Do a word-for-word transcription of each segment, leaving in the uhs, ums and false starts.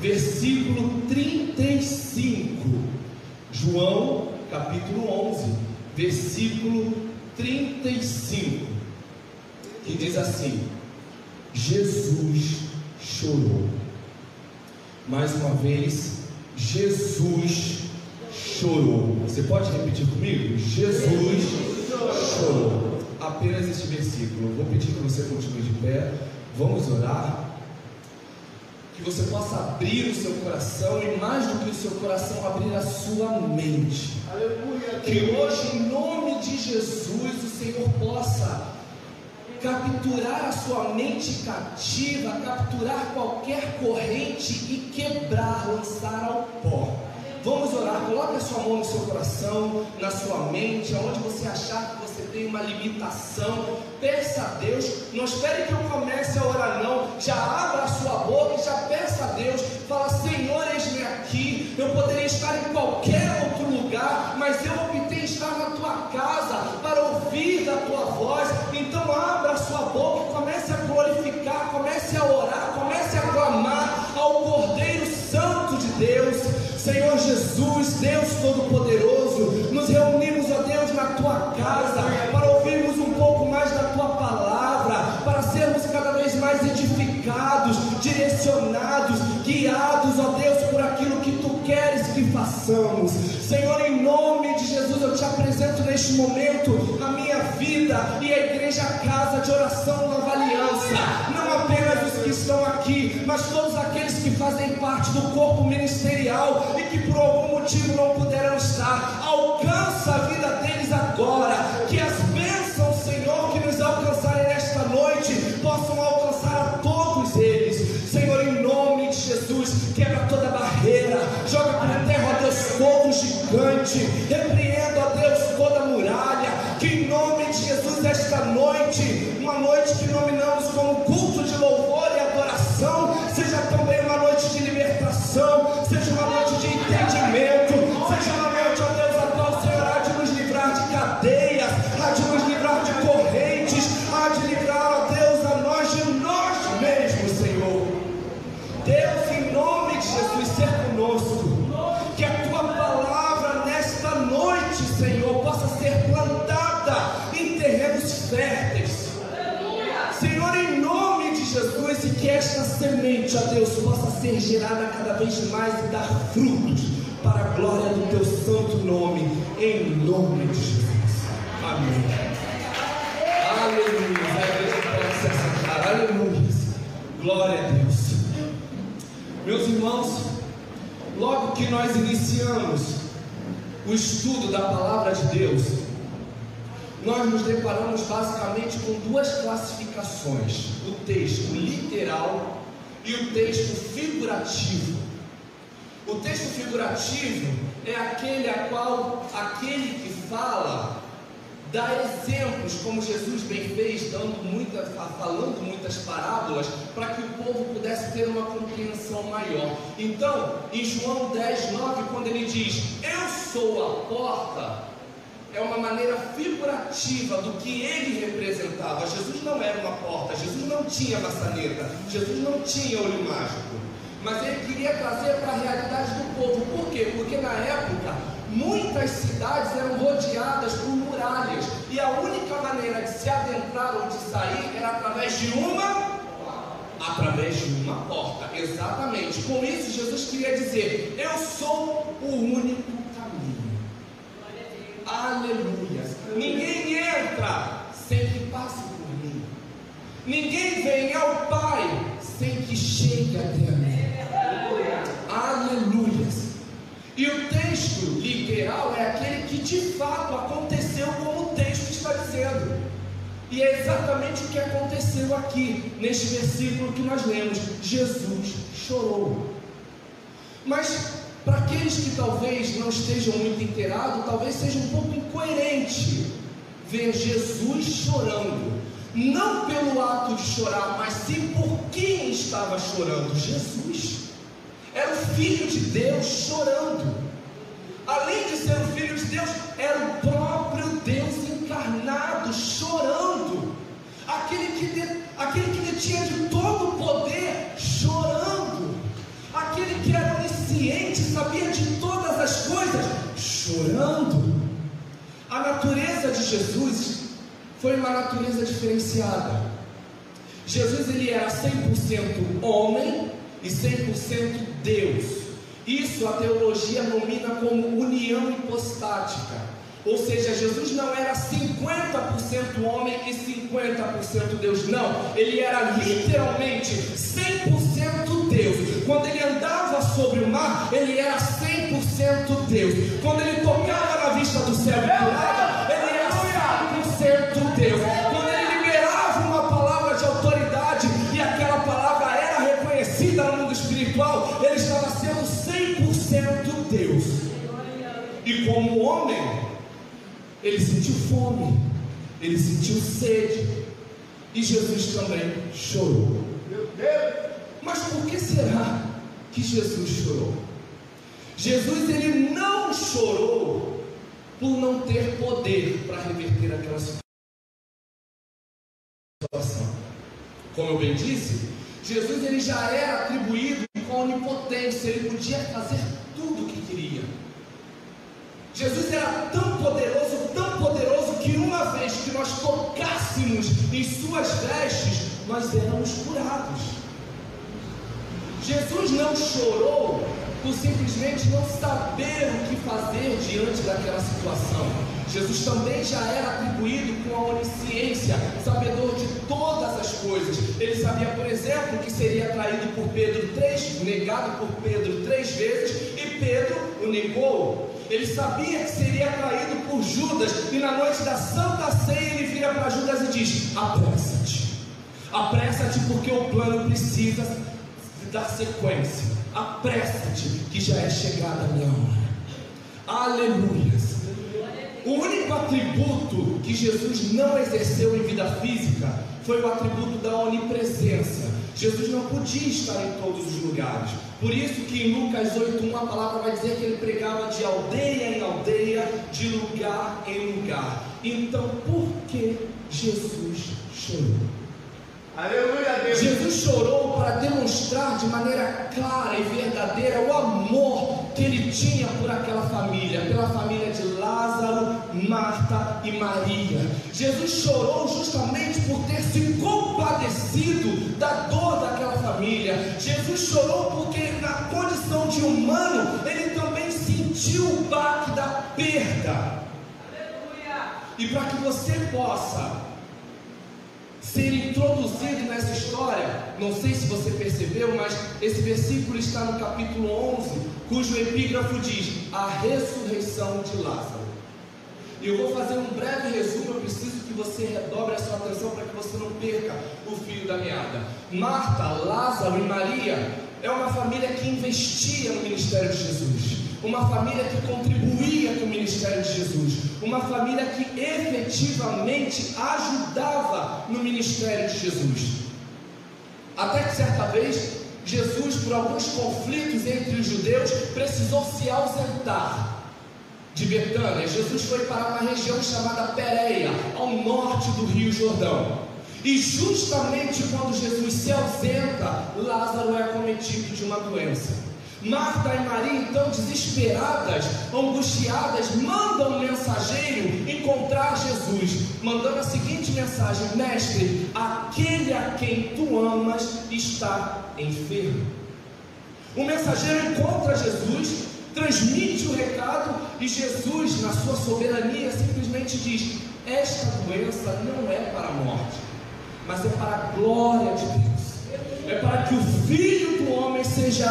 versículo trinta e cinco. João, capítulo onze, versículo trinta e cinco, que diz assim: Jesus chorou. Mais uma vez, Jesus chorou. Você pode repetir comigo? Jesus chorou. Apenas este versículo. Vou pedir que você continue de pé. Vamos orar. Que você possa abrir o seu coração, e mais do que o seu coração, abrir a sua mente. Aleluia. Que hoje, em nome de Jesus, o Senhor possa capturar a sua mente cativa, capturar qualquer corrente e quebrar, lançar ao pó. Vamos orar. Coloque a sua mão no seu coração, na sua mente, aonde você achar que você tem uma limitação. Peça a Deus. Não espere que eu comece a orar, não. Já abra a sua boca e já peça a Deus. Fala: Senhor, eis-me aqui. Eu poderia estar em qualquer outro lugar, mas eu optei estar na tua casa para ouvir da tua voz. Então abra a sua boca e comece a glorificar, comece a orar, comece a clamar ao Cordeiro Santo de Deus. Senhor Jesus, Deus Todo-Poderoso, nos reunimos, ó Deus, na tua casa, para ouvirmos um pouco mais da tua palavra, para sermos cada vez mais edificados, direcionados, guiados, ó Deus, por aquilo que tu queres que façamos. Senhor, em nome de Jesus, eu te apresento neste momento a minha vida e a igreja Casa de Oração Nova Aliança, não apenas os que estão aqui, mas todos aqueles que fazem parte do corpo ministerial e que por algum motivo não puderam estar. Alcança a vida deles agora, que as bênçãos, Senhor, que nos alcançarem nesta noite, possam alcançar a todos eles. Senhor, em nome de Jesus, quebra toda barreira, joga por terra, ó Deus, todo gigante, repreenda, ó Deus, toda muralha, que em nome de Jesus, esta noite, uma noite que nominamos como culto de louvor e adoração, seja também uma noite de libertação, seja uma noite de entendimento, seja uma noite, ó Deus, a qual o Senhor há de nos livrar de cadeias, há de nos livrar de correntes, há de livrar, ó Deus, a nós de nós mesmos, Senhor. Deus, em nome de Jesus, ser conosco, que a tua palavra nesta noite, Senhor, possa ser plantada em terrenos férteis, Senhor, em nome de Jesus, e que esta semente, ó Deus, possa ser gerada cada vez mais e dar frutos para a glória do teu santo nome, em nome de Jesus. Amém. Aleluia. A igreja pode se assentar. Aleluia. Glória a Deus. Meus irmãos, logo que nós iniciamos o estudo da palavra de Deus, nós nos deparamos basicamente com duas classificações: o texto literal e o texto figurativo. O texto figurativo é aquele a qual aquele que fala dá exemplos, como Jesus bem fez, dando muita, falando muitas parábolas, para que o povo pudesse ter uma compreensão maior. Então, em João dez, nove, quando ele diz: eu sou a porta, é uma maneira figurativa do que ele representava. Jesus não era uma porta, Jesus não tinha maçaneta, Jesus não tinha olho mágico, mas ele queria trazer para a realidade do povo. Por quê? Porque na época muitas cidades eram rodeadas por muralhas, e a única maneira de se adentrar ou de sair era através de uma através de uma porta. Exatamente. Com isso Jesus queria dizer: eu sou o único caminho. Aleluia. Ninguém entra sem que passe por mim. Ninguém vem ao Pai sem que chegue até mim. Aleluia. E o texto literal é aquele que de fato aconteceu, como o texto está dizendo. E é exatamente o que aconteceu aqui, neste versículo que nós lemos. Jesus chorou. Mas para aqueles que talvez não estejam muito inteirados, talvez seja um pouco incoerente ver Jesus chorando. Não pelo ato de chorar, mas sim por quem estava chorando. Jesus era o Filho de Deus chorando. Além de ser o Filho de Deus, era o próprio Deus encarnado chorando. Aquele que, de, aquele que detinha de todo o poder chorando. Aquele sabia de todas as coisas, chorando. A natureza de Jesus foi uma natureza diferenciada. Jesus ele era cem por cento homem e cem por cento Deus. Isso a teologia nomina como união hipostática. Ou seja, Jesus não era cinquenta por cento homem e cinquenta por cento Deus, não. Ele era literalmente cem por cento Deus. Quando ele andava sobre o mar, ele era cem por cento Deus. Quando ele tocava na vista do céu e pulava, ele era cem por cento Deus. Quando ele liberava uma palavra de autoridade e aquela palavra era reconhecida no mundo espiritual, ele estava sendo cem por cento Deus. E como homem, ele sentiu fome, ele sentiu sede, e Jesus também chorou. Mas por que será que Jesus chorou? Jesus ele não chorou por não ter poder para reverter aquela situação. Como eu bem disse, Jesus ele já era atribuído com onipotência, ele podia fazer tudo o que queria. Jesus era tão poderoso, tão poderoso, que uma vez que nós tocássemos em suas vestes, nós éramos curados. Jesus não chorou por simplesmente não saber o que fazer diante daquela situação. Jesus também já era atribuído com a onisciência, sabedor de todas as coisas. Ele sabia, por exemplo, que seria traído por Pedro três, negado por Pedro três vezes, e Pedro o negou. Ele sabia que seria traído por Judas, e na noite da Santa Ceia ele vira para Judas e diz: apressa-te, apressa-te, porque o plano precisa dar sequência. Apressa-te, que já é chegada a minha hora. Aleluias. O único atributo que Jesus não exerceu em vida física foi o atributo da onipresença. Jesus não podia estar em todos os lugares. Por isso que em Lucas oito, um a palavra vai dizer que ele pregava de aldeia em aldeia, de lugar em lugar. Então, por que Jesus chorou? Aleluia, Deus. Jesus chorou para demonstrar de maneira clara e verdadeira o amor que ele tinha por aquela família, pela família de Lázaro, Marta e Maria. Jesus chorou justamente por ter se compadecido da dor daquela família. Jesus chorou porque na condição de humano ele também sentiu o baque da perda. Aleluia. E para que você possa ser introduzido nessa história, não sei se você percebeu, mas esse versículo está no capítulo onze, cujo epígrafo diz: a ressurreição de Lázaro. E eu vou fazer um breve resumo, eu preciso que você redobre a sua atenção para que você não perca o fio da meada. Marta, Lázaro e Maria é uma família que investia no ministério de Jesus, uma família que contribuía com o ministério de Jesus, uma família que efetivamente ajudava no ministério de Jesus. Até que certa vez, Jesus, por alguns conflitos entre os judeus, precisou se ausentar de Betânia. Jesus foi para uma região chamada Pérea, ao norte do Rio Jordão. E justamente quando Jesus se ausenta, Lázaro é acometido de uma doença. Marta e Maria, então desesperadas, angustiadas, mandam um mensageiro encontrar Jesus, mandando a seguinte mensagem: mestre, aquele a quem tu amas está enfermo. O mensageiro encontra Jesus, transmite o recado, e Jesus, na sua soberania, simplesmente diz: esta doença não é para a morte, mas é para a glória de Deus, é para que o Filho do Homem seja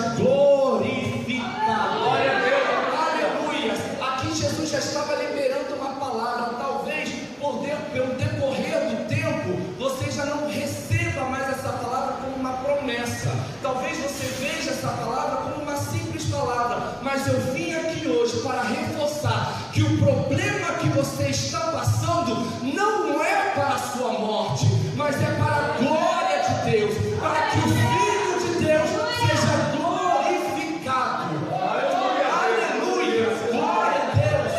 glorificado. Glória a Deus, aleluia. Aqui Jesus já estava liberando uma palavra. Talvez por de, pelo decorrer do tempo você já não receba mais essa palavra como uma promessa. Talvez você veja essa palavra como uma simples palavra, mas eu vim aqui hoje para reforçar que o problema que você está passando não é para a sua morte, mas é para a glória de Deus, para que o Filho de Deus seja glorificado. Aleluia, glória a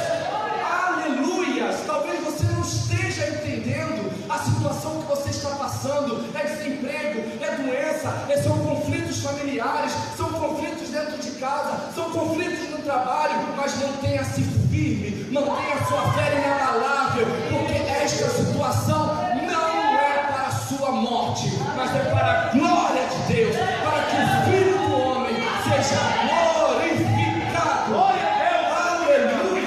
Deus, aleluia. Talvez você não esteja entendendo a situação que você está passando. É desemprego, é doença, são conflitos familiares, são conflitos dentro de casa. casa, são conflitos no trabalho, mas mantenha-se firme, mantenha a sua fé inabalável, porque esta situação não é para a sua morte, mas é para a glória de Deus, para que o Filho do Homem seja glorificado. Glória a Deus, aleluia.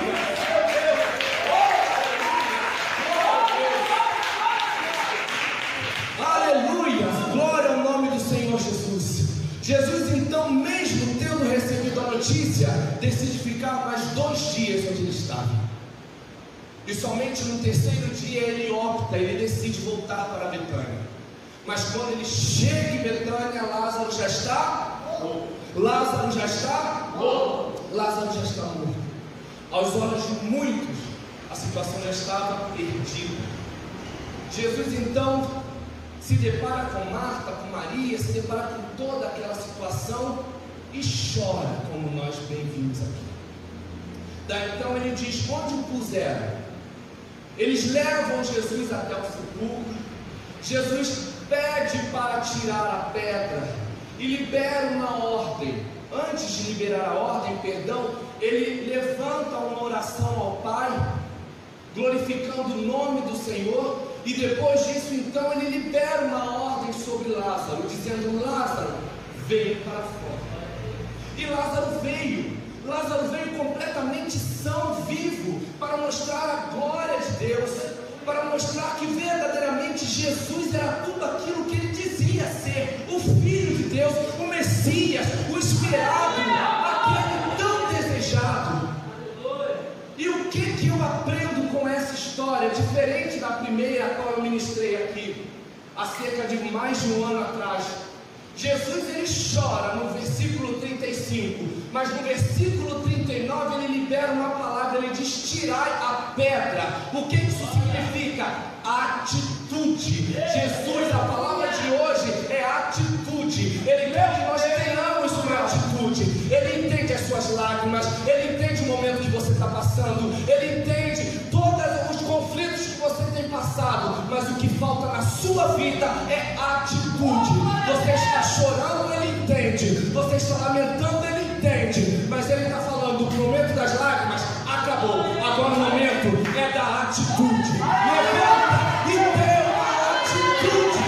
Aleluia, glória ao nome do Senhor Jesus. Jesus então, mesmo tendo recebido a notícia, decide ficar mais dois dias onde ele estava. E somente no terceiro dia ele opta, ele decide voltar para Betânia. Mas quando ele chega em Betânia, Lázaro já está morto. Lázaro já está morto. Lázaro já está morto. Aos olhos de muitos, a situação já estava perdida. Jesus então se depara com Marta, com Maria, se depara com toda aquela situação e chora, como nós bem vimos aqui. Daí então ele diz: onde o puseram? Eles levam Jesus até o sepulcro. Jesus pede para tirar a pedra e libera uma ordem. Antes de liberar a ordem, perdão, ele levanta uma oração ao Pai, glorificando o nome do Senhor. E depois disso, então, ele libera uma ordem sobre Lázaro, dizendo: Lázaro, vem para fora. E Lázaro veio. Lázaro veio completamente são, vivo, para mostrar a glória de Deus, para mostrar que verdadeiramente Jesus era tudo aquilo que ele dizia ser: o Filho de Deus, o Messias, o esperado, aquele tão desejado. E o que que eu aprendo com essa história, diferente da primeira a qual eu ministrei aqui, há cerca de mais de um ano atrás? Jesus ele chora no versículo trinta e cinco, mas no versículo trinta e nove ele libera uma palavra, ele diz: tirai a pedra. O que isso significa? Atitude. Jesus, a palavra de hoje é atitude. Ele quer que nós tenhamos uma atitude. Ele entende as suas lágrimas, ele entende o momento que você está passando, ele entende todos os conflitos que você tem passado, mas o que falta na sua vida é atitude. Você está chorando, ele entende. Você está lamentando, ele entende. Mas ele está falando: o momento das lágrimas acabou. Agora o momento é da atitude. Levanta e dê uma atitude.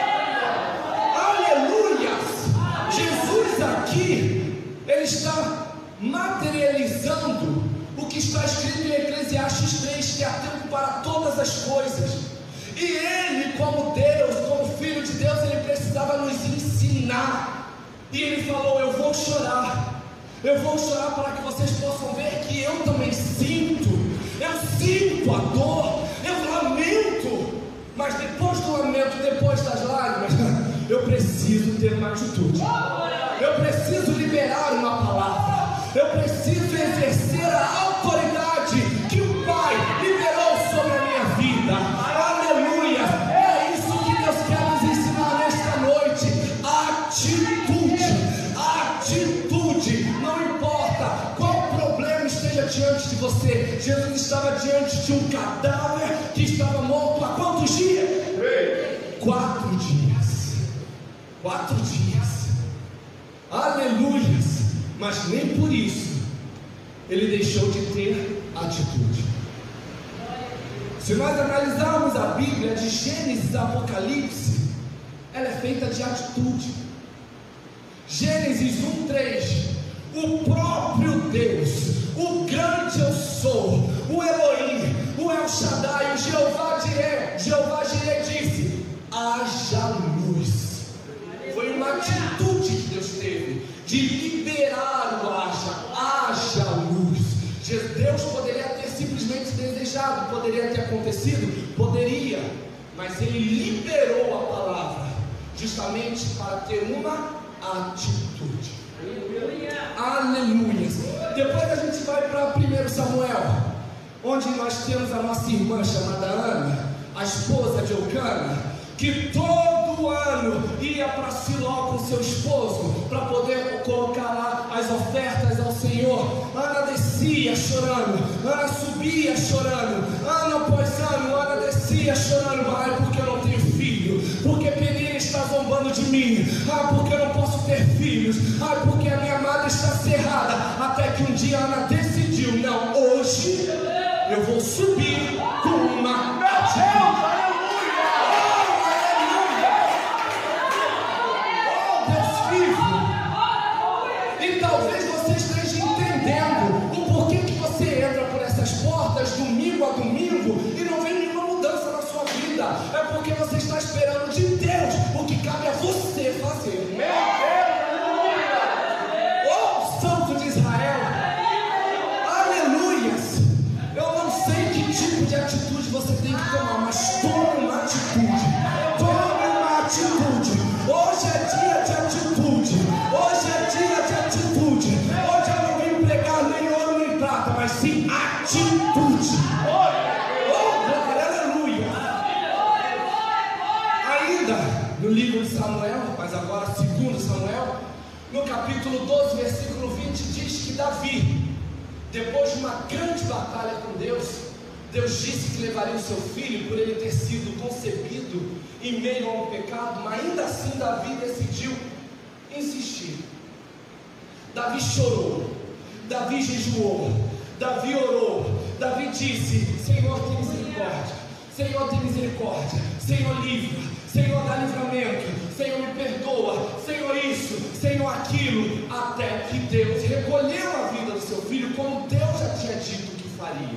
Aleluia! Jesus aqui, ele está materializando o que está escrito em Eclesiastes três, que há tempo para todas as coisas. E ele, como Deus, como Filho de Deus, ele precisava nos ensinar. E ele falou: eu vou chorar, eu vou chorar para que vocês possam ver que eu também sinto, eu sinto a dor, eu lamento, mas depois do lamento, depois das lágrimas, eu preciso ter uma atitude, eu preciso liberar uma palavra, eu preciso exercer a autoridade que o Pai liberou sobre a minha vida. Aleluia! É isso que Deus quer nos ensinar nesta noite. Atitude, atitude. Não importa qual problema esteja diante de você. Jesus estava diante de um cadáver que estava morto há quantos dias? Quatro dias. Quatro dias. Aleluia! Mas nem por isso ele deixou de ter atitude. Se nós analisarmos a Bíblia de Gênesis a Apocalipse, ela é feita de atitude. Gênesis um, três, o próprio Deus, o grande eu sou, o Elohim, o El Shaddai, o Jeová Jireh, Jeová Jireh disse: haja luz. Foi uma atitude que Deus teve de liberar o haja, haja luz. Deus poderia ter simplesmente desejado, poderia ter acontecido, poderia, mas ele liberou a palavra justamente para ter uma atitude. Aleluia. Depois a gente vai para primeiro Samuel, onde nós temos a nossa irmã chamada Ana, a esposa de Eucana, que todo ano ia para Siló com seu esposo para poder colocar lá as ofertas ao Senhor. Ana descia chorando, Ana subia chorando, ano após ano, Ana descia chorando: ai, porque eu não tenho filho, porque Penina está zombando de mim, ai, porque eu não posso ter filhos, ai, porque a minha madre está cerrada Diana decidiu, não, hoje eu vou subir com uma atitude. Domingo a domingo e não vem nenhuma mudança na sua vida. É porque você está esperando de Deus o que cabe a você fazer. Meu Deus! Oh, Santo de Israel! Aleluias! Eu não sei que tipo de atitude você tem que tomar, mas tome uma atitude. Tome uma atitude. Hoje é dia de atitude. Hoje é dia de atitude. Hoje eu não venho pregar nem ouro nem prata, mas sim atitude. No livro de Samuel, mas agora segundo Samuel, no capítulo doze, versículo vinte, diz que Davi, depois de uma grande batalha com Deus, Deus disse que levaria o seu filho por ele ter sido concebido em meio a um pecado, mas ainda assim Davi decidiu insistir. Davi chorou, Davi jejuou, Davi orou, Davi disse: Senhor, tem misericórdia, Senhor, tem misericórdia, Senhor, livra, Senhor, dá livramento, Senhor, me perdoa, Senhor, isso, Senhor, aquilo, até que Deus recolheu a vida do seu filho, como Deus já tinha dito que faria.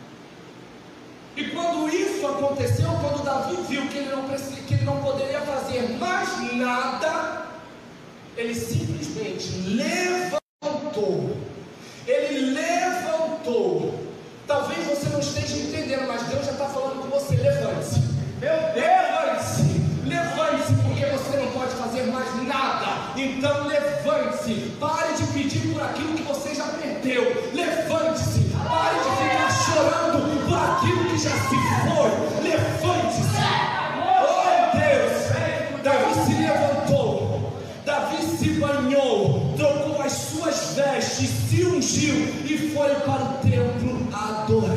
E quando isso aconteceu, quando Davi viu que ele não, que ele não poderia fazer mais nada, ele simplesmente levantou, ele levantou. Talvez você não esteja entendendo, mas Deus já está falando com você: levante-se, levante-se, levante-se, porque você não pode fazer mais nada. Então levante-se, pare de pedir por aquilo que você já perdeu. Levante-se, pare de ficar chorando por aquilo que já se foi. Levante-se. Oh Deus! Davi se levantou, Davi se banhou, trocou as suas vestes, se ungiu e foi para o templo adorar.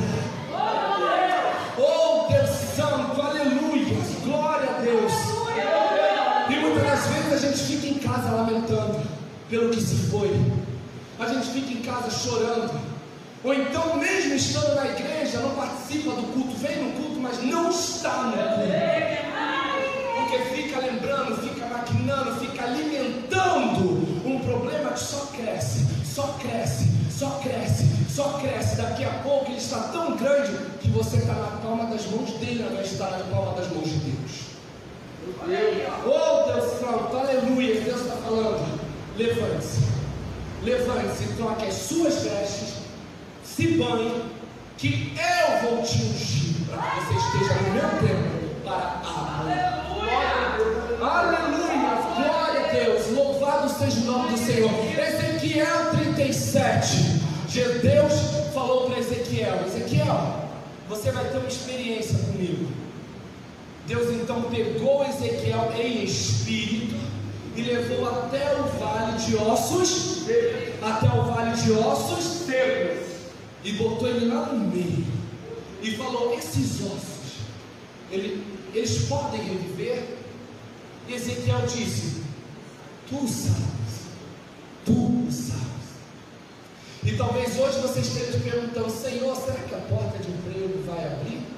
Oh Deus Santo, aleluia, glória a Deus. E muitas das vezes a gente fica em casa lamentando pelo que se foi, a gente fica em casa chorando, ou então mesmo estando na igreja não participa do culto, vem no culto mas não está no culto, porque fica lembrando, fica maquinando, fica alimentando um problema que só cresce, só cresce, só cresce, só cresce. Daqui a pouco ele está tão grande que você está na palma das mãos dele, ao invés de estar na palma das mãos de Deus. Oh Deus Santo, aleluia. Deus está falando: levante-se, levante-se, troque as suas vestes, se banhe, que eu vou te ungir para que você esteja no meu templo para adorar. Aleluia, glória a Deus, louvado seja o nome do Senhor. Ezequiel trinta e sete, Deus falou para Ezequiel: Ezequiel, você vai ter uma experiência comigo. Deus então pegou Ezequiel em espírito e levou até o vale de ossos, até o vale de ossos secos, e botou ele lá no meio e falou: esses ossos, ele, eles podem reviver? E Ezequiel disse: tu sabes, tu sabes. E talvez hoje você esteja perguntando: Senhor, será que a porta de emprego vai abrir?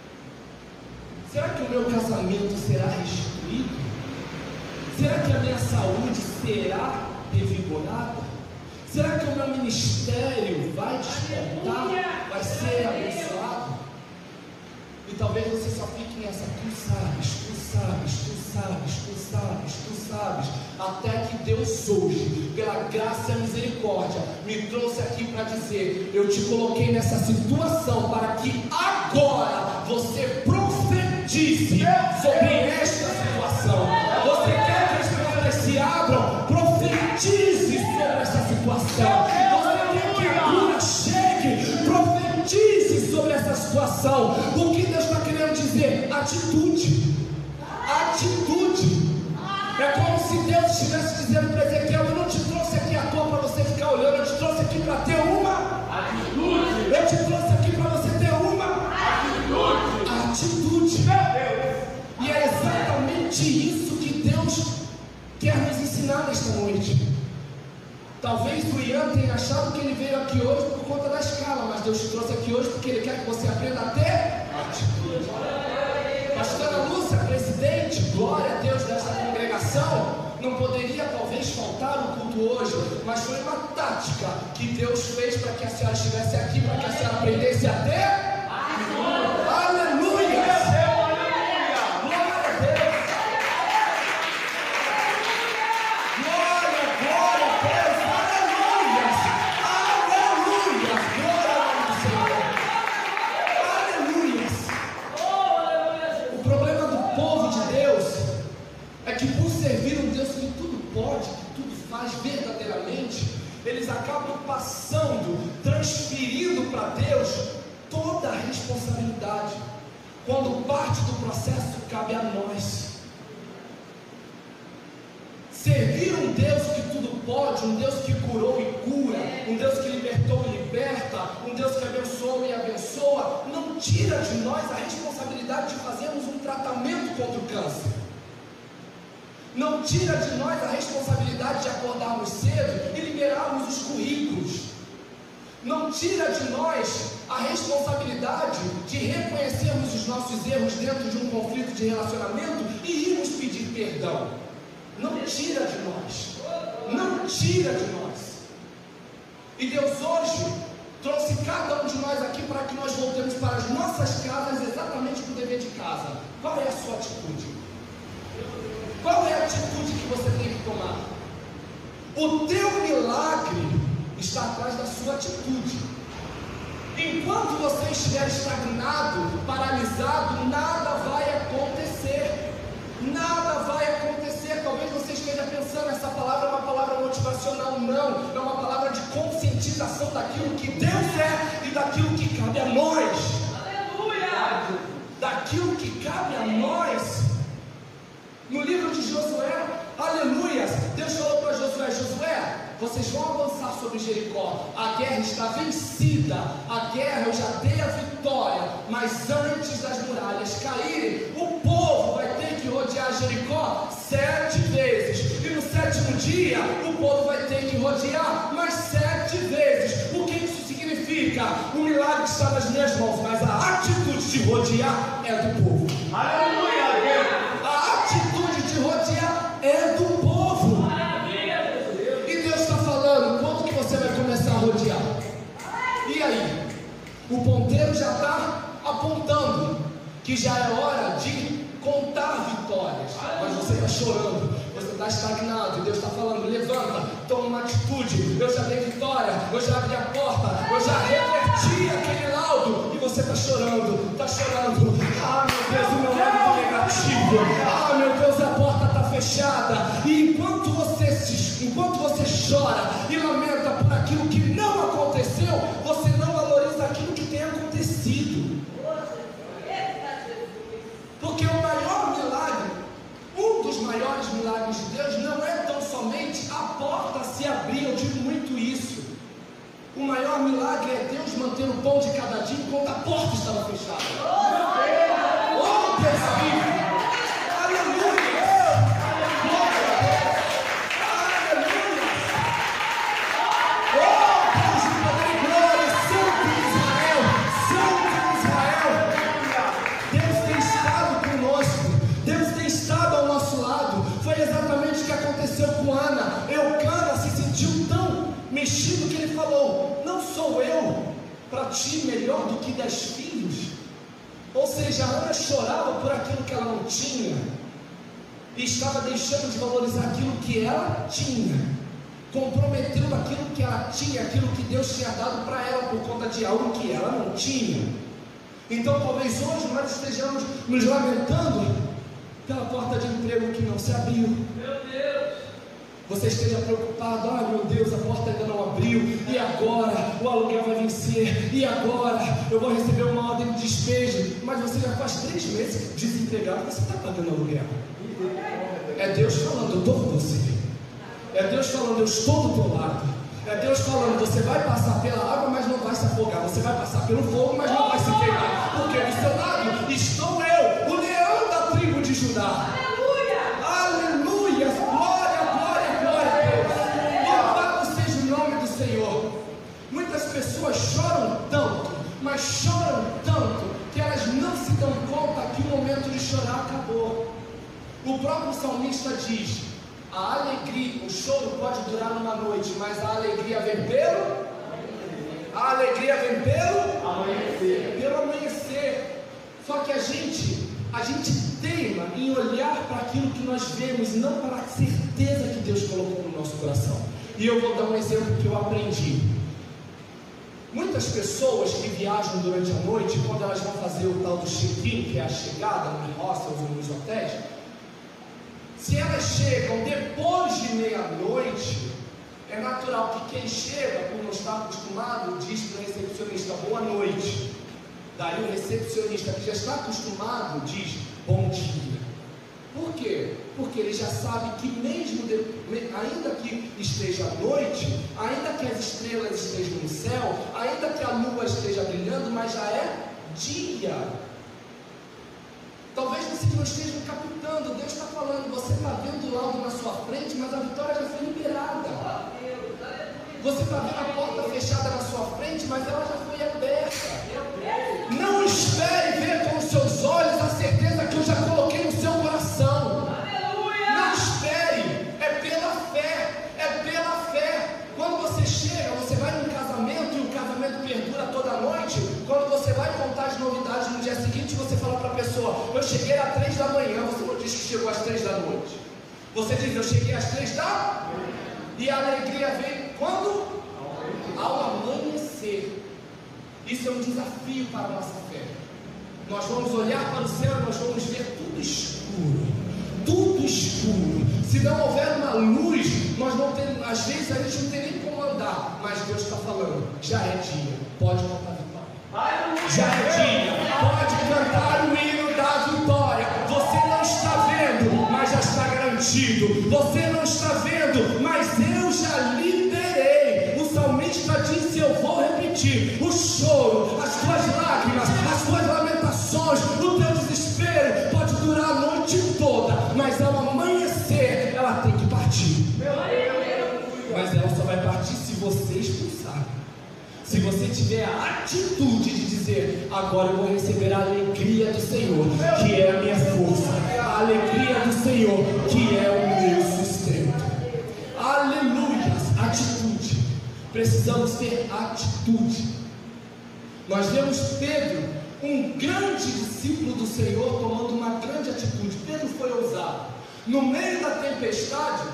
Será que o meu casamento será restituído? Será que a minha saúde será revigorada? Será que o meu ministério vai despertar? Vai ser abençoado? E talvez você só fique nessa: tu sabes, tu sabes, tu sabes, tu sabes, tu sabes, até que Deus hoje, pela graça e misericórdia, me trouxe aqui para dizer: eu te coloquei nessa situação para que agora você profetize sobre esta situação. Você quer que as portas se abram? Profetize sobre essa situação. Você quer que a cura chegue? Profetize sobre essa situação. O que Deus está querendo dizer? Atitude. Atitude. É como se Deus estivesse dizendo para Ezequiel: eu não te trouxe aqui à toa para você ficar olhando, eu te trouxe aqui para ter uma atitude. Eu te trouxe aqui para você ter uma atitude. Atitude. E é exatamente isso que Deus quer nos ensinar nesta noite. Talvez o Ian tenha achado que ele veio aqui hoje por conta da escala, mas Deus te trouxe aqui hoje porque Ele quer que você aprenda a ter atitude. Pastora Lúcia, presidente, glória a Deus desta congregação, não poderia talvez faltar o culto hoje, mas foi uma tática que Deus fez para que a senhora estivesse aqui, para que a senhora aprendesse a ter. Aleluia! Verdadeiramente, eles acabam passando, transferindo para Deus toda a responsabilidade, quando parte do processo cabe a nós. Servir um Deus que tudo pode, um Deus que curou e cura, um Deus que libertou e liberta, um Deus que abençoou e abençoa, não tira de nós a responsabilidade de fazermos um tratamento contra o câncer. Não tira de nós a responsabilidade de acordarmos cedo e liberarmos os currículos. Não tira de nós a responsabilidade de reconhecermos os nossos erros dentro de um conflito de relacionamento e irmos pedir perdão. Não tira de nós. Não tira de nós. E Deus hoje trouxe cada um de nós aqui para que nós voltemos para as nossas casas exatamente para o dever de casa. Qual é a sua atitude? Qual é a atitude que você tem que tomar? O teu milagre está atrás da sua atitude. Enquanto você estiver estagnado, paralisado, nada vai acontecer. Nada vai acontecer. Talvez você esteja pensando, essa palavra é uma palavra motivacional. Não, é uma palavra de conscientização daquilo que Deus é e daquilo que cabe a nós. Aleluia! Daquilo que cabe a nós. No livro de Josué, aleluia, Deus falou para Josué: Josué, vocês vão avançar sobre Jericó, a guerra está vencida, a guerra eu já dei a vitória, mas antes das muralhas caírem, o povo vai ter que rodear Jericó sete vezes, e no sétimo dia, o povo vai ter que rodear mais sete vezes. O que isso significa? O milagre está nas minhas mãos, mas a atitude de rodear é do povo. Aleluia! A atitude de rodear é do povo. E Deus está falando, quando que você vai começar a rodear? E aí? O ponteiro já está apontando que já é hora de contar vitórias, mas você está chorando, você está estagnado, e Deus está falando: levanta, toma uma atitude, eu já dei vitória, eu já abri a porta, eu já reverti aquele laudo, e você está chorando, está chorando. Ah, meu Deus, o meu laudo é negativo. Ah, meu Deus, a porta está fechada. E enquanto você, se, enquanto você chora e lamenta por aquilo que não aconteceu, você não valoriza aquilo que tem acontecido. Porque o maior milagre, um dos maiores milagres de Deus, não é tão somente a porta se abrir. Eu digo muito isso. O maior milagre é Deus manter o pão de cada dia enquanto a porta estava fechada. Oh, Deus vive! Aleluia! Glória a Deus! Aleluia! Oh, Deus de poder e glória! Santo de Israel! Santo de Israel! Deus tem estado conosco. Deus tem estado ao nosso lado. Foi exatamente o que aconteceu com Ana. Eucana se sentiu tão mexido que ele falou: não sou eu para ti melhor do que dez filhos? Ou seja, a Ana chorava por aquilo que ela não tinha e estava deixando de valorizar aquilo que ela tinha, comprometendo aquilo que ela tinha, aquilo que Deus tinha dado para ela por conta de algo que ela não tinha. Então talvez hoje nós estejamos nos lamentando pela porta de emprego que não se abriu. Meu Deus! Você esteja preocupado: ah, meu Deus, a porta ainda não abriu, e agora o aluguel vai vencer, e agora eu vou receber uma ordem de despejo. Mas você já faz três meses desempregado, você está pagando aluguel. É Deus falando: eu estou com você. É Deus falando: eu estou do teu lado. É Deus falando: você vai passar pela água, mas não vai se afogar. Você vai passar pelo fogo, mas não vai se queimar. Porque do seu lado estou eu, o leão da tribo de Judá. Aleluia! Aleluia! Glória, glória, glória a Deus. Louvado seja o chorar acabou. O próprio salmista diz: a alegria, o choro pode durar uma noite, mas a alegria vem pelo a alegria vem pelo amanhecer. Pelo amanhecer. Só que a gente, a gente teima em olhar para aquilo que nós vemos, não para a certeza que Deus colocou no nosso coração. E eu vou dar um exemplo que eu aprendi. Muitas pessoas que viajam durante a noite, quando elas vão fazer o tal do check-in, que é a chegada nos hostels ou nos hotéis, se elas chegam depois de meia-noite, é natural que quem chega, por não estar acostumado, diz para o recepcionista boa noite. Daí o recepcionista que já está acostumado diz bom dia. Por quê? Porque ele já sabe que mesmo de, ainda que esteja noite, ainda que as estrelas estejam no céu, ainda que a lua esteja brilhando, mas já é dia. Talvez vocês não estejam captando. Deus está falando, você está vendo o laudo na sua frente, mas a vitória já foi liberada. Você está vendo a porta fechada na sua frente, mas ela já foi aberta. Não espere ver com os seus olhos a certeza que eu já coloquei no seu coração. Não espere, é pela fé, é pela fé. Quando você chega, você vai num casamento e o casamento perdura toda a noite. Quando você vai contar as novidades no dia seguinte, você fala para a pessoa: eu cheguei às três da manhã. Você não diz que chegou às três da noite. Você diz: eu cheguei às três da manhã. E a alegria vem quando? Ao amanhecer. Isso é um desafio para a nossa fé. Nós vamos olhar para o céu e nós vamos ver tudo escuro. Tudo escuro. Se não houver uma luz, nós não temos, às vezes a gente não tem nem como andar. Mas Deus está falando: já é dia, pode cantar vitória. Já é dia, pode cantar o hino da vitória. Você não está vendo, mas já está garantido. Você não está vendo, mas eu já liberei. O salmista disse: eu vou repetir. O choro, as tuas lágrimas, as tuas lamentações, o teu desespero pode durar a noite toda, mas ao amanhecer ela tem que partir. Mas ela só vai partir se você expulsar. Se você tiver a atitude de dizer: agora eu vou receber a alegria do Senhor, que é a minha força, a alegria do Senhor, que é o meu sustento. Aleluias, atitude. Precisamos ter atitude. Nós vemos Pedro, um grande discípulo do Senhor, tomando uma grande atitude. Pedro foi ousado. No meio da tempestade,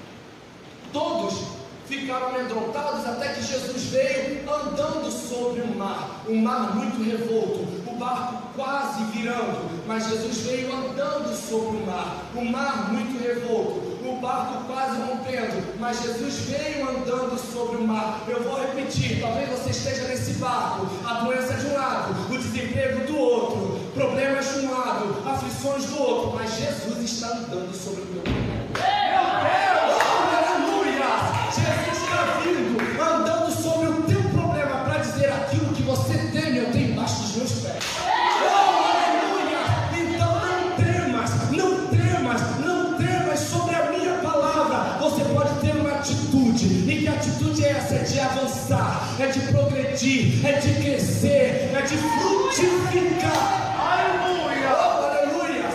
todos ficaram amedrontados até que Jesus veio andando sobre o mar, um mar muito revolto, o barco quase virando, mas Jesus veio andando sobre o mar, um mar muito revolto, o barco quase rompendo, mas Jesus veio andando sobre o mar. Eu vou repetir, talvez você esteja nesse barco, a doença de um lado, o desemprego do outro, problemas de um lado, aflições do outro, mas Jesus está andando sobre o teu mar. Meu Deus! Jesus está vindo, andando sobre o teu problema, para dizer: aquilo que você teme, eu tenho embaixo dos meus pés. Oh, aleluia! Então não temas, não temas, não temas sobre a minha palavra. Você pode ter uma atitude, e que atitude é essa? É de avançar, é de progredir, é de crescer, é de frutificar. Aleluia! Oh, aleluia!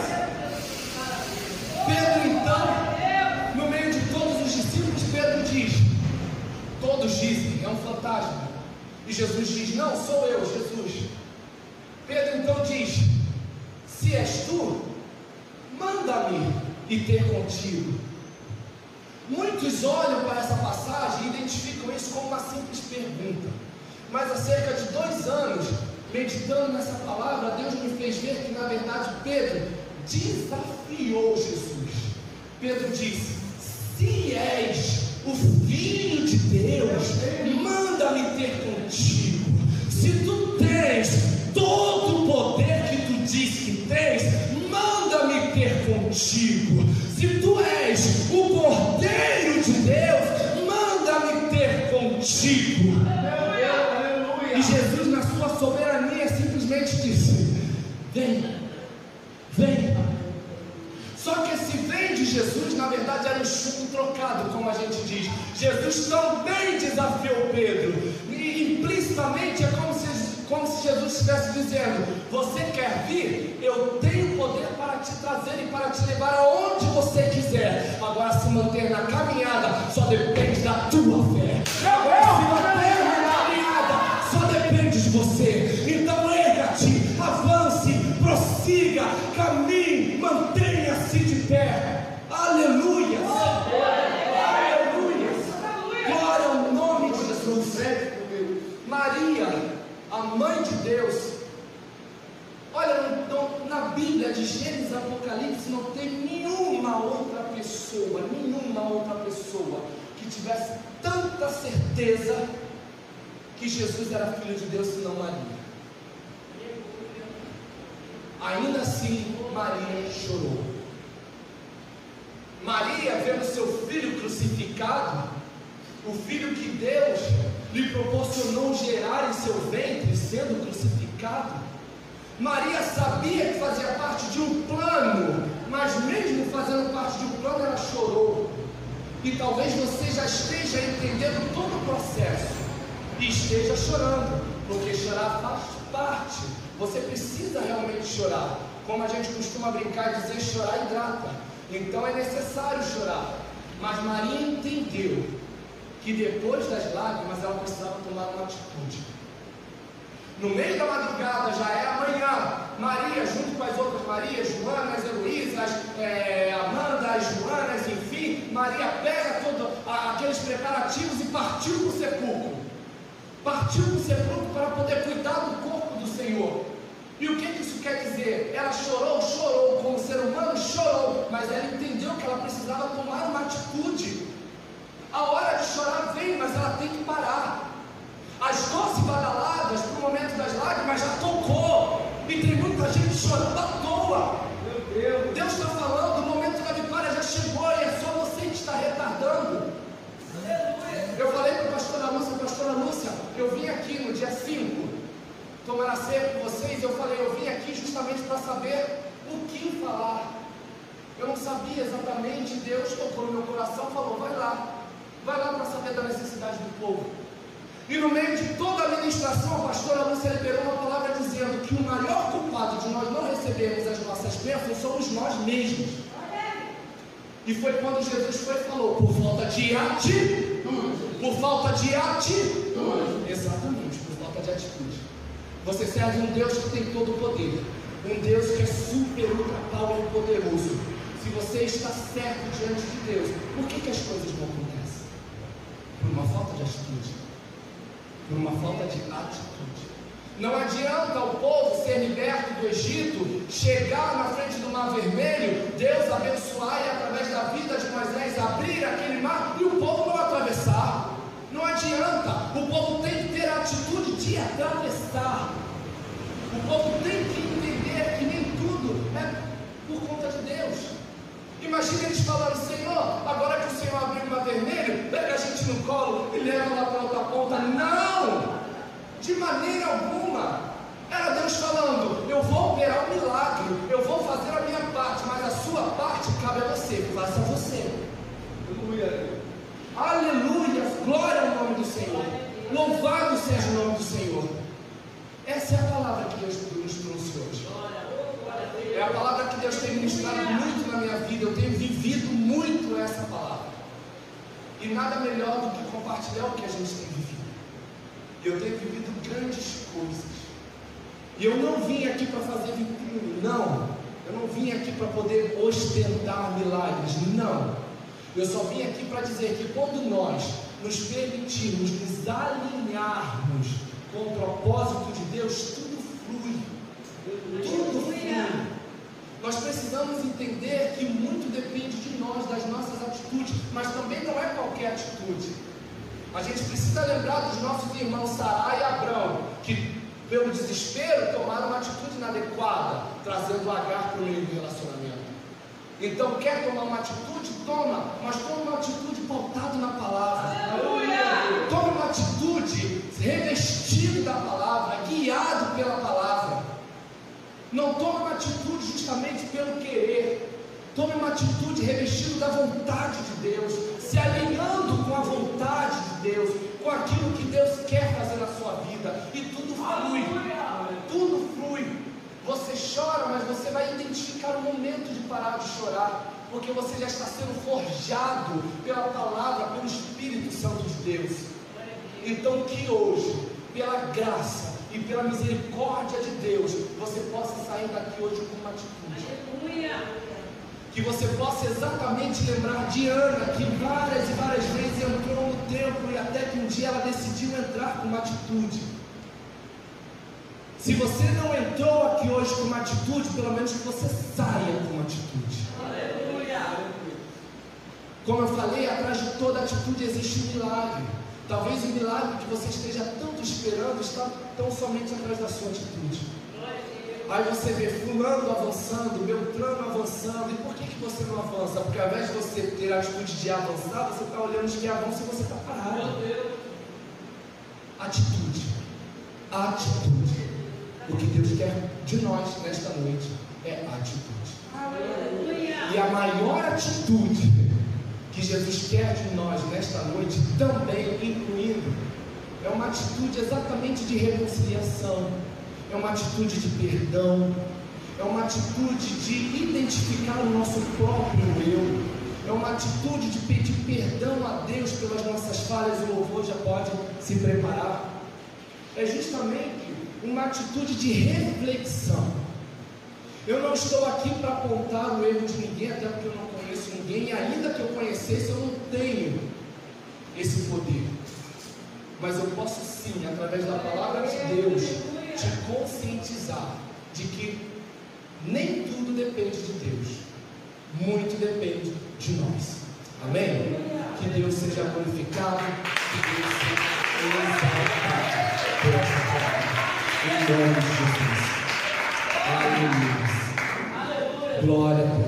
Pedro, então, no meio de todos os discípulos, Pedro diz: todos dizem, é um fantasma. E Jesus diz: não, sou eu, Jesus. Pedro então diz: se és tu, manda-me e ter contigo. Muitos olham para essa passagem e identificam isso como uma simples pergunta. Mas há cerca de dois anos, meditando nessa palavra, Deus me fez ver que na verdade Pedro desafiou Jesus. Pedro disse: se és o Filho de Deus, manda-me ter contigo. Se tu tens todo o poder que tu diz que tens, manda-me ter contigo. Se tu és o Cordeiro de Deus, manda-me ter contigo. E Jesus, na sua soberania, simplesmente disse: vem, vem. Só que esse vem de Jesus, na verdade, era um chumbo trocado, como a gente diz. Jesus também desafiou Pedro. E implicitamente é como se, como se Jesus estivesse dizendo: você quer vir? Eu tenho poder para te trazer e para te levar aonde você quiser. Agora, se manter na caminhada só depende da tua fé. Agora, se manter na caminhada só depende de você. Então erga-te, avance, prossiga, caminhe, mantenha-se de pé. Aleluia! Aleluia! Glória ao nome de Jesus. Maria, a mãe de Deus. Olha, na Bíblia de Gênesis e Apocalipse não tem nenhuma outra pessoa, nenhuma outra pessoa que tivesse tanta certeza que Jesus era filho de Deus, senão Maria. Ainda assim, Maria chorou. Maria, vendo seu filho crucificado, o filho que Deus lhe proporcionou gerar em seu ventre, sendo crucificado, Maria sabia que fazia parte de um plano, mas mesmo fazendo parte de um plano, ela chorou. E talvez você já esteja entendendo todo o processo e esteja chorando, porque chorar faz parte. Você precisa realmente chorar. Como a gente costuma brincar e dizer, chorar hidrata. Então é necessário chorar. Mas Maria entendeu que depois das lágrimas ela precisava tomar uma atitude. No meio da madrugada, já é amanhã, Maria, junto com as outras Marias, Joanas, Heloísas, é, Amandas, Joanas, enfim, Maria pega todos aqueles preparativos e partiu para o sepulcro. Partiu para o sepulcro para poder cuidar do corpo do Senhor. E o que isso quer dizer? Ela chorou, chorou, como ser humano chorou, mas ela entendeu que ela precisava tomar uma atitude. A hora de chorar vem, mas ela tem que parar. As doze badaladas para o momento das lágrimas já tocou, e tem muita gente chorando à toa. Meu Deus, Deus está falando, o momento da vitória já chegou e é só você que está retardando. Eu falei para a pastora Lúcia, pastora Lúcia, eu vim aqui no dia cinco tomar a ceia com vocês. Eu falei, eu vim aqui justamente para saber o que falar. Eu não sabia exatamente, Deus tocou no meu coração, falou, vai lá, vai lá para saber da necessidade do povo. E no meio de toda a ministração, a pastora Lúcia liberou uma palavra dizendo que o maior culpado de nós não recebermos as nossas bênçãos somos nós mesmos. E foi quando Jesus foi e falou, por falta de atitude, por falta de atitude, exatamente, por falta de atitude. Você serve um Deus que tem todo o poder, um Deus que é super, ultra, power, poderoso. Se você está certo diante de Deus, por que, que as coisas não acontecem? Por uma falta de atitude. Por uma falta de atitude. Não adianta o povo ser liberto do Egito, chegar na frente do Mar Vermelho, Deus abençoar e através da vida de Moisés abrir aquele mar e o povo não atravessar. Não adianta, o povo tem que ter a atitude de atravessar. O povo tem que entender que nem tudo é por conta de Deus. Imagina eles falando, Senhor, agora que o Senhor abriu o Mar Vermelho, pega a gente no colo e leva lá para a outra ponta. Não! De maneira alguma. Era Deus falando, eu vou operar um milagre, eu vou fazer a minha parte, mas a sua parte cabe a você, faça você. Aleluia. Aleluia, glória ao nome do Senhor. Louvado seja o nome do Senhor. Essa é a palavra que Deus nos trouxe hoje. É a palavra que Deus tem ministrado muito na minha vida. Eu tenho vivido muito essa palavra. E nada melhor do que compartilhar o que a gente tem vivido. Eu tenho vivido grandes coisas. E eu não vim aqui para fazer vitrine, não. Eu não vim aqui para poder ostentar milagres, não. Eu só vim aqui para dizer que quando nós nos permitirmos nos alinharmos com o propósito de Deus, tudo flui. Tudo flui. Nós precisamos entender que muito depende de nós, das nossas atitudes, mas também não é qualquer atitude. A gente precisa lembrar dos nossos irmãos Sará e Abrão, que pelo desespero tomaram uma atitude inadequada, trazendo Agar para o meio do relacionamento. Então, quer tomar uma atitude? Toma, mas toma uma atitude pautada na palavra. Aleluia! Toma uma atitude revestido da palavra, guiado pela palavra. Não tome uma atitude justamente pelo querer. Tome uma atitude revestido da vontade de Deus, se alinhando com a vontade de Deus, com aquilo que Deus quer fazer na sua vida, e tudo flui. Tudo flui. Você você chora, mas você vai identificar o momento de parar de chorar, porque você já está sendo forjado pela palavra, pelo Espírito Santo de Deus. Então que hoje, pela graça e pela misericórdia de Deus, você possa sair daqui hoje com uma atitude. Que você possa exatamente lembrar de Ana, que várias e várias vezes entrou no templo e até que um dia ela decidiu entrar com uma atitude. Se você não entrou aqui hoje com uma atitude, pelo menos que você saia com uma atitude. Aleluia. Como eu falei, atrás de toda atitude existe um milagre. Talvez o milagre que você esteja tanto esperando está tão somente atrás da sua atitude. Aí você vê fulano avançando, Beltrano avançando. E por que, que você não avança? Porque ao invés de você ter a atitude de avançar, você está olhando os que avançam e você está parado. Atitude. Atitude. O que Deus quer de nós nesta noite é atitude. E a maior atitude que Jesus quer de nós nesta noite, também incluindo, é uma atitude exatamente de reconciliação. É uma atitude de perdão, é uma atitude de identificar o nosso próprio eu, é uma atitude de pedir perdão a Deus pelas nossas falhas. O louvor já pode se preparar. É justamente uma atitude de reflexão. Eu não estou aqui para apontar o erro de ninguém, até porque eu não conheço ninguém, e ainda que eu conhecesse, eu não tenho esse poder. Mas eu posso sim, através da palavra de Deus, te conscientizar de que nem tudo depende de Deus, muito depende de nós. Amém? Que Deus seja glorificado, que Deus seja exaltado por essa palavra, em nome de Jesus. Aleluia. Glória a Deus.